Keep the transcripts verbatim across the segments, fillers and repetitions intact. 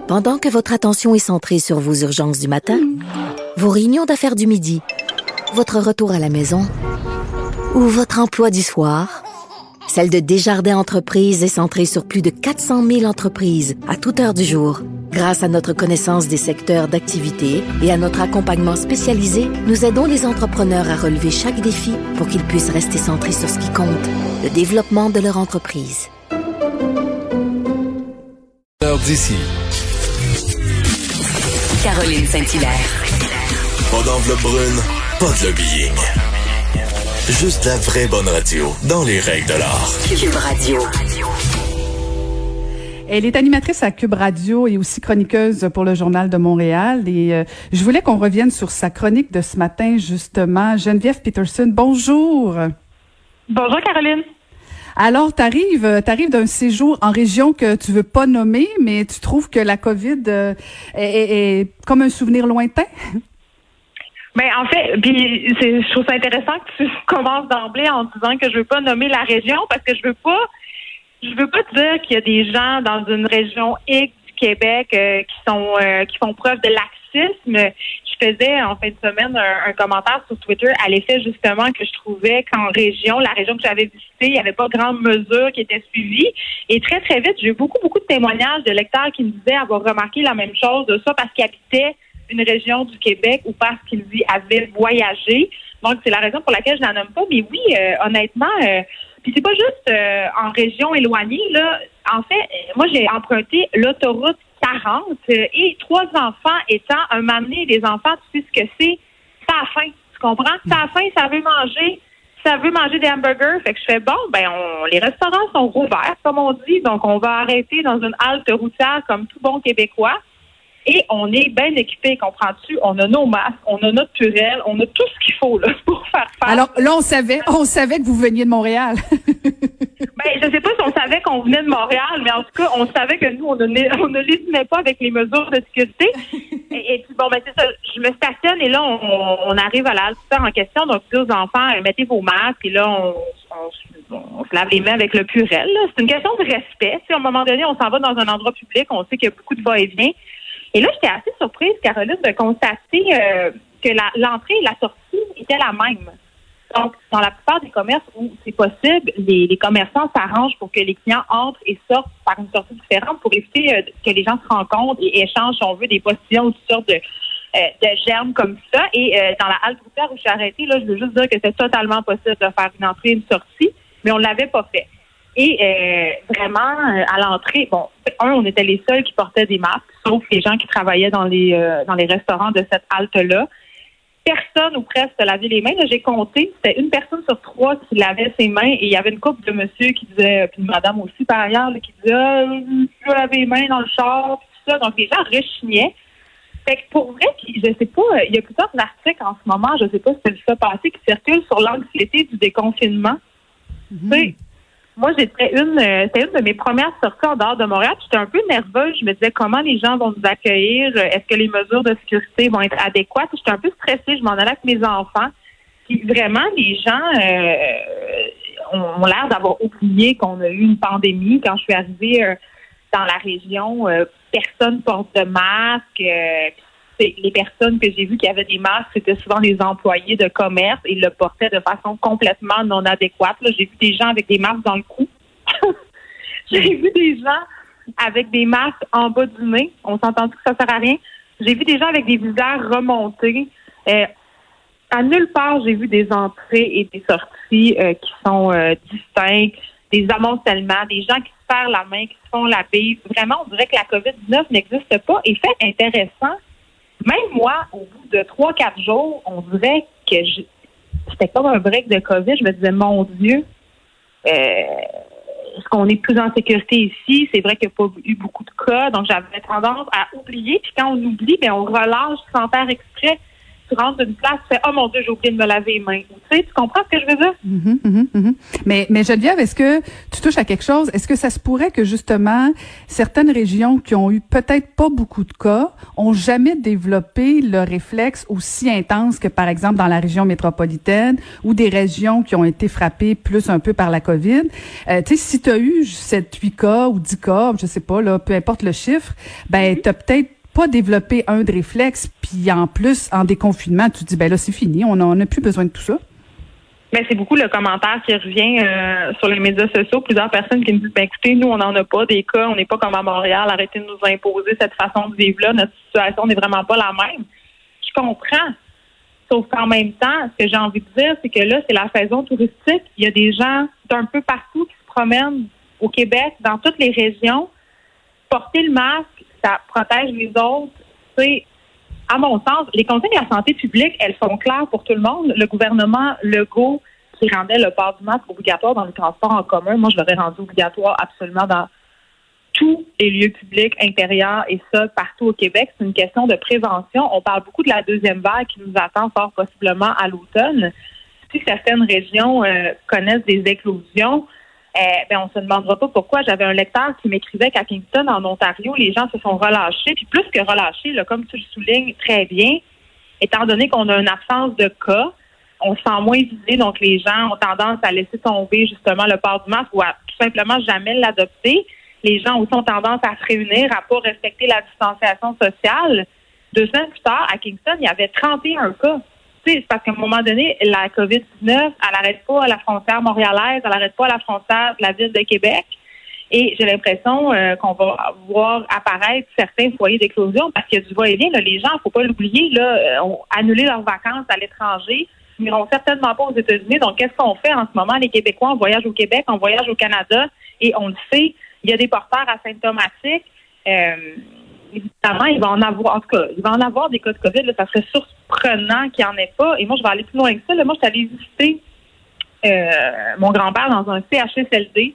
Pendant que votre attention est centrée sur vos urgences du matin, vos réunions d'affaires du midi, votre retour à la maison ou votre emploi du soir, celle de Desjardins Entreprises est centrée sur plus de quatre cent mille entreprises à toute heure du jour. Grâce à notre connaissance des secteurs d'activité et à notre accompagnement spécialisé, nous aidons les entrepreneurs à relever chaque défi pour qu'ils puissent rester centrés sur ce qui compte, le développement de leur entreprise. Heure d'ici. Caroline Saint-Hilaire. Pas d'enveloppe brune, pas de lobbying. Juste la vraie bonne radio, dans les règles de l'art. Cube Radio. Elle est animatrice à Cube Radio et aussi chroniqueuse pour le Journal de Montréal. Et euh, je voulais qu'on revienne sur sa chronique de ce matin, justement. Geneviève Peterson, bonjour. Bonjour, Caroline. Alors, t'arrives, t'arrives d'un séjour en région que tu veux pas nommer, mais tu trouves que la COVID euh, est, est, est comme un souvenir lointain? Ben en fait, puis c'est, je trouve ça intéressant que tu commences d'emblée en disant que je veux pas nommer la région parce que je veux pas, je veux pas te dire qu'il y a des gens dans une région X du Québec euh, qui sont euh, qui font preuve de laxisme. Je faisais en fin de semaine un, un commentaire sur Twitter à l'effet justement que je trouvais qu'en région, la région que j'avais visitée, il n'y avait pas grande mesure qui était suivie. Et très très vite, j'ai eu beaucoup beaucoup de témoignages de lecteurs qui me disaient avoir remarqué la même chose, de ça parce qu'ils habitaient une région du Québec ou parce qu'ils y avaient voyagé. Donc, c'est la raison pour laquelle je n'en nomme pas. Mais oui, euh, honnêtement, euh, puis c'est pas juste euh, en région éloignée, là. En fait, moi, j'ai emprunté l'autoroute quarante euh, et trois enfants étant un m'amener des enfants, tu sais ce que c'est? Ça a faim, tu comprends? Ça a faim, ça veut manger. Ça veut manger des hamburgers. Fait que je fais, bon, ben, on, les restaurants sont rouverts, comme on dit. Donc, on va arrêter dans une halte routière comme tout bon Québécois. Et on est bien équipés, comprends-tu? On a nos masques, on a notre purelle, on a tout ce qu'il faut là, pour faire face. Alors là, on savait, on savait que vous veniez de Montréal. Ben, je sais pas si on savait qu'on venait de Montréal, mais en tout cas, on savait que nous, on ne, on ne lésinait pas avec les mesures de sécurité. Et, et puis bon, ben c'est ça, je me stationne et là, on, on arrive à la halte en question. Donc, je dis aux enfants, mettez vos masques et là, on, on, on se lave les mains avec le purelle. Là. C'est une question de respect. Tu sais, à un moment donné, on s'en va dans un endroit public, on sait qu'il y a beaucoup de va-et-vient. Et là, j'étais assez surprise, Caroline, de constater euh, que la, l'entrée et la sortie étaient la même. Donc, dans la plupart des commerces où c'est possible, les, les commerçants s'arrangent pour que les clients entrent et sortent par une sortie différente pour éviter euh, que les gens se rencontrent et échangent, si on veut, des postillons ou toutes sortes de, euh, de germes comme ça. Et euh, dans la halte routière où je suis arrêtée, là, je veux juste dire que c'est totalement possible de faire une entrée et une sortie, mais on ne l'avait pas fait. Et euh, vraiment, euh, à l'entrée, bon, un, on était les seuls qui portaient des masques, sauf les gens qui travaillaient dans les euh, dans les restaurants de cette halte-là. Personne ou presque se lavait les mains. Là, j'ai compté, c'était une personne sur trois qui lavait ses mains et il y avait une couple de monsieur qui disait, puis madame aussi par ailleurs, là, qui disait ah, je vais laver les mains dans le char, puis tout ça. Donc les gens rechignaient. Fait que pour vrai, puis je sais pas, il y a plusieurs articles en ce moment, je sais pas si c'est le ça passé, qui circulent sur l'anxiété du déconfinement. Mm-hmm. Tu sais, moi, j'étais une, euh, c'était une de mes premières sorties en dehors de Montréal. J'étais un peu nerveuse. Je me disais comment les gens vont nous accueillir. Est-ce que les mesures de sécurité vont être adéquates? J'étais un peu stressée. Je m'en allais avec mes enfants. Puis vraiment, les gens euh, ont, ont l'air d'avoir oublié qu'on a eu une pandémie. Quand je suis arrivée euh, dans la région, euh, personne porte de masque. Euh, les personnes que j'ai vues qui avaient des masques, c'était souvent des employés de commerce et ils le portaient de façon complètement non adéquate. Là, j'ai vu des gens avec des masques dans le cou. J'ai vu des gens avec des masques en bas du nez. On s'entend que ça sert à rien. J'ai vu des gens avec des visages remontés. Euh, à nulle part, j'ai vu des entrées et des sorties euh, qui sont euh, distinctes, des amoncellements, des gens qui se serrent la main, qui se font la bise. Vraiment, on dirait que la covid dix-neuf n'existe pas. Et fait intéressant, même moi, au bout de trois, quatre jours, on dirait que je, c'était comme un break de COVID. Je me disais, mon Dieu, euh, est-ce qu'on est plus en sécurité ici? C'est vrai qu'il n'y a pas eu beaucoup de cas, donc j'avais tendance à oublier. Puis quand on oublie, bien, on relâche sans faire exprès. tu rentres d'une place, tu fais « Oh mon Dieu, j'ai oublié de me laver les mains ». Tu sais, tu comprends ce que je veux dire? Mm-hmm, mm-hmm, mm-hmm. Mais, mais Geneviève, est-ce que tu touches à quelque chose? Est-ce que ça se pourrait que justement, certaines régions qui ont eu peut-être pas beaucoup de cas ont jamais développé le réflexe aussi intense que, par exemple, dans la région métropolitaine ou des régions qui ont été frappées plus un peu par la COVID? Euh, tu sais, si tu as eu sept, huit cas ou dix cas, je sais pas, là, peu importe le chiffre, ben, mm-hmm. tu as peut-être pas développé un de réflexe, puis en plus, en déconfinement, tu te dis, ben là, c'est fini, on n'a plus besoin de tout ça. Ben, c'est beaucoup le commentaire qui revient euh, sur les médias sociaux. Plusieurs personnes qui me disent, ben écoutez, nous, on n'en a pas des cas, on n'est pas comme à Montréal, arrêtez de nous imposer cette façon de vivre-là, notre situation n'est vraiment pas la même. Je comprends. Sauf qu'en même temps, ce que j'ai envie de dire, c'est que là, c'est la saison touristique. Il y a des gens d'un peu partout qui se promènent au Québec, dans toutes les régions. Porter le masque, ça protège les autres. Tu sais, à mon sens, les consignes de la santé publique, elles sont claires pour tout le monde. Le gouvernement Legault, qui rendait le port du masque obligatoire dans les transports en commun, moi, je l'aurais rendu obligatoire absolument dans tous les lieux publics intérieurs et ça, partout au Québec. C'est une question de prévention. On parle beaucoup de la deuxième vague qui nous attend fort possiblement à l'automne. Si certaines régions euh, connaissent des éclosions, Euh, ben on se demandera pas pourquoi. J'avais un lecteur qui m'écrivait qu'à Kingston, en Ontario, les gens se sont relâchés. Puis plus que relâchés, là, comme tu le soulignes très bien, étant donné qu'on a une absence de cas, on se sent moins visé. Donc, les gens ont tendance à laisser tomber justement le port du masque ou à tout simplement jamais l'adopter. Les gens aussi ont tendance à se réunir, à pas respecter la distanciation sociale. Deux semaines plus tard, à Kingston, il y avait trente et un cas. C'est parce qu'à un moment donné, la covid dix-neuf, elle n'arrête pas à la frontière montréalaise, elle n'arrête pas à la frontière de la ville de Québec. Et j'ai l'impression euh, qu'on va voir apparaître certains foyers d'éclosion parce qu'il y a du va-et-vient. Là, les gens, il ne faut pas l'oublier, là, ont annulé leurs vacances à l'étranger. Ils n'iront certainement pas aux États-Unis. Donc, qu'est-ce qu'on fait en ce moment? Les Québécois, on voyage au Québec, on voyage au Canada et on le sait, il y a des porteurs asymptomatiques. Euh, Évidemment, il va en avoir, en tout cas, il va en avoir des cas de COVID, là, ça serait surprenant qu'il n'y en ait pas. Et moi, je vais aller plus loin que ça. Là. Moi, je suis allée visiter euh, mon grand-père dans un C H S L D.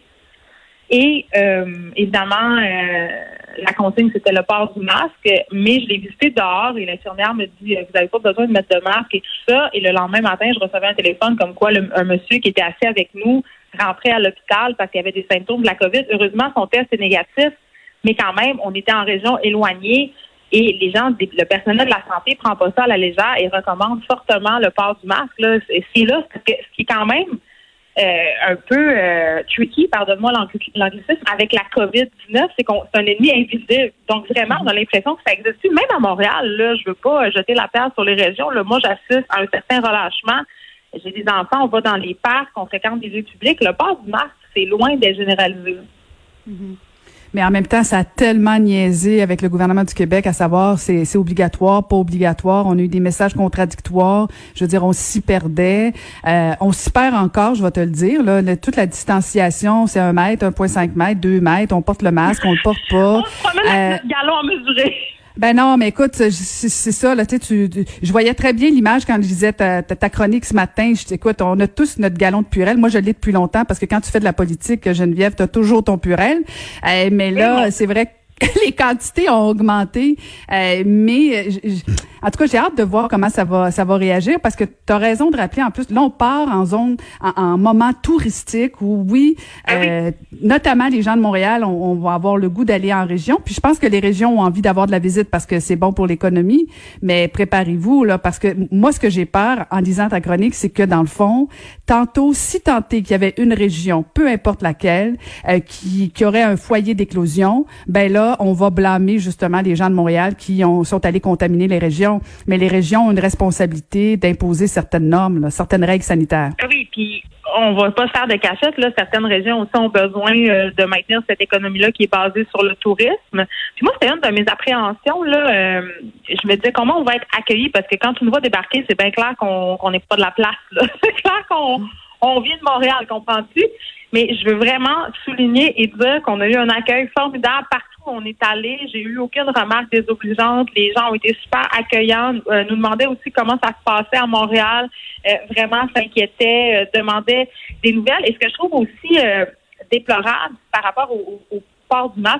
Et euh, évidemment, euh, la consigne, c'était le port du masque, mais je l'ai visité dehors et l'infirmière me dit, vous n'avez pas besoin de mettre de masque et tout ça. Et le lendemain matin, je recevais un téléphone comme quoi le, un monsieur qui était assis avec nous rentrait à l'hôpital parce qu'il y avait des symptômes de la COVID. Heureusement, son test est négatif. Mais quand même, on était en région éloignée et les gens, le personnel de la santé prend pas ça à la légère et recommande fortement le port du masque. Là. C'est là, parce que ce qui est quand même euh, un peu euh, tricky, pardonne-moi l'anglicisme, avec la covid dix-neuf, c'est qu'on c'est un ennemi invisible. Donc vraiment, on a l'impression que ça existe plus. Même à Montréal, là, je veux pas jeter la pierre sur les régions. Là, moi, j'assiste à un certain relâchement. J'ai des enfants, on va dans les parcs, on fréquente des lieux publics. Le port du masque, c'est loin d'être généralisé. Mm-hmm. Mais en même temps, ça a tellement niaisé avec le gouvernement du Québec, à savoir c'est c'est obligatoire, pas obligatoire. On a eu des messages contradictoires. Je veux dire, on s'y perdait. Euh, on s'y perd encore, je vais te le dire. Là, le, toute la distanciation, c'est un mètre, un virgule cinq mètres, deux mètres. On porte le masque, on le porte pas. On se promène avec notre galon à mesurer. Ben non, mais écoute, c'est, c'est ça, là, tu sais, tu, tu, je voyais très bien l'image quand je lisais ta, ta, ta chronique ce matin. Je dis, écoute, on a tous notre galon de Purel. Moi, je l'ai depuis longtemps parce que quand tu fais de la politique, Geneviève, t'as toujours ton Purel. Euh, mais là, c'est vrai que les quantités ont augmenté, euh, mais je, je, en tout cas, j'ai hâte de voir comment ça va ça va réagir parce que tu as raison de rappeler en plus, là, on part en zone, en, en moment touristique où, oui, euh, notamment les gens de Montréal, on, on va avoir le goût d'aller en région. Puis je pense que les régions ont envie d'avoir de la visite parce que c'est bon pour l'économie, mais préparez-vous, là, parce que moi, ce que j'ai peur en lisant ta chronique, c'est que dans le fond, tantôt, si tenté qu'il y avait une région, peu importe laquelle, euh, qui, qui aurait un foyer d'éclosion, ben là, on va blâmer justement les gens de Montréal qui ont, sont allés contaminer les régions. Mais les régions ont une responsabilité d'imposer certaines normes, là, certaines règles sanitaires. Oui, puis on va pas se faire de cachette. Là. Certaines régions aussi ont besoin euh, de maintenir cette économie-là qui est basée sur le tourisme. Puis moi, c'était une de mes appréhensions. Là. Euh, je me disais comment on va être accueillis parce que quand tu nous vois débarquer, c'est bien clair qu'on qu'on n'est pas de la place. Là. C'est clair qu'on on vient de Montréal, comprends-tu? Mais je veux vraiment souligner et dire qu'on a eu un accueil formidable partout où on est allé. J'ai eu aucune remarque désobligeante. Les gens ont été super accueillants. Euh, nous demandaient aussi comment ça se passait à Montréal. Euh, vraiment s'inquiétaient, euh, demandaient des nouvelles. Et ce que je trouve aussi euh, déplorable par rapport au, au, au port du masque,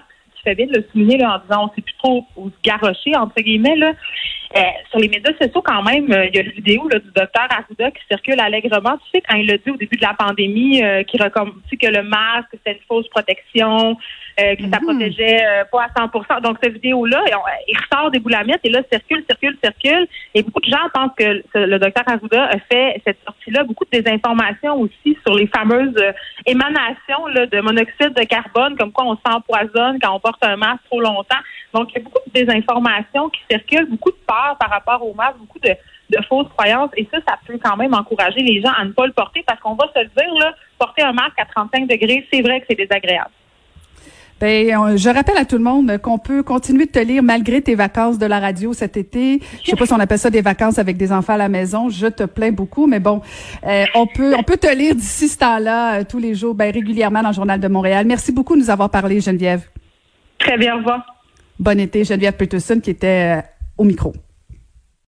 fais bien de le souligner là, en disant on sait plus trop où se garrocher, entre guillemets, là. Euh, sur les médias sociaux, quand même, euh, il y a une vidéo là, du docteur Arruda qui circule allègrement. Tu sais, quand il l'a dit au début de la pandémie, euh, qui recommande que le masque, c'était une fausse protection, euh, que mm-hmm. ça protégeait euh, pas à cent pour cent. Donc, cette vidéo-là, on, il ressort des boulamites et là, circule, circule, circule. Et beaucoup de gens pensent que le, le docteur Arruda a fait cette sortie-là, beaucoup de désinformation aussi sur les fameuses euh, émanations là, de monoxyde de carbone, comme quoi on s'empoisonne quand on porte un masque trop longtemps. Donc, il y a beaucoup de désinformations qui circulent, beaucoup de peur par rapport au masque, beaucoup de, de fausses croyances. Et ça, ça peut quand même encourager les gens à ne pas le porter parce qu'on va se le dire, là, porter un masque à trente-cinq degrés, c'est vrai que c'est désagréable. Ben, je rappelle à tout le monde qu'on peut continuer de te lire malgré tes vacances de la radio cet été. Je sais pas si on appelle ça des vacances avec des enfants à la maison. Je te plains beaucoup, mais bon, euh, on peut, on peut te lire d'ici ce temps-là euh, tous les jours, ben régulièrement dans le Journal de Montréal. Merci beaucoup de nous avoir parlé, Geneviève. Très bien, au revoir. Bon été, Geneviève Peterson qui était euh, au micro.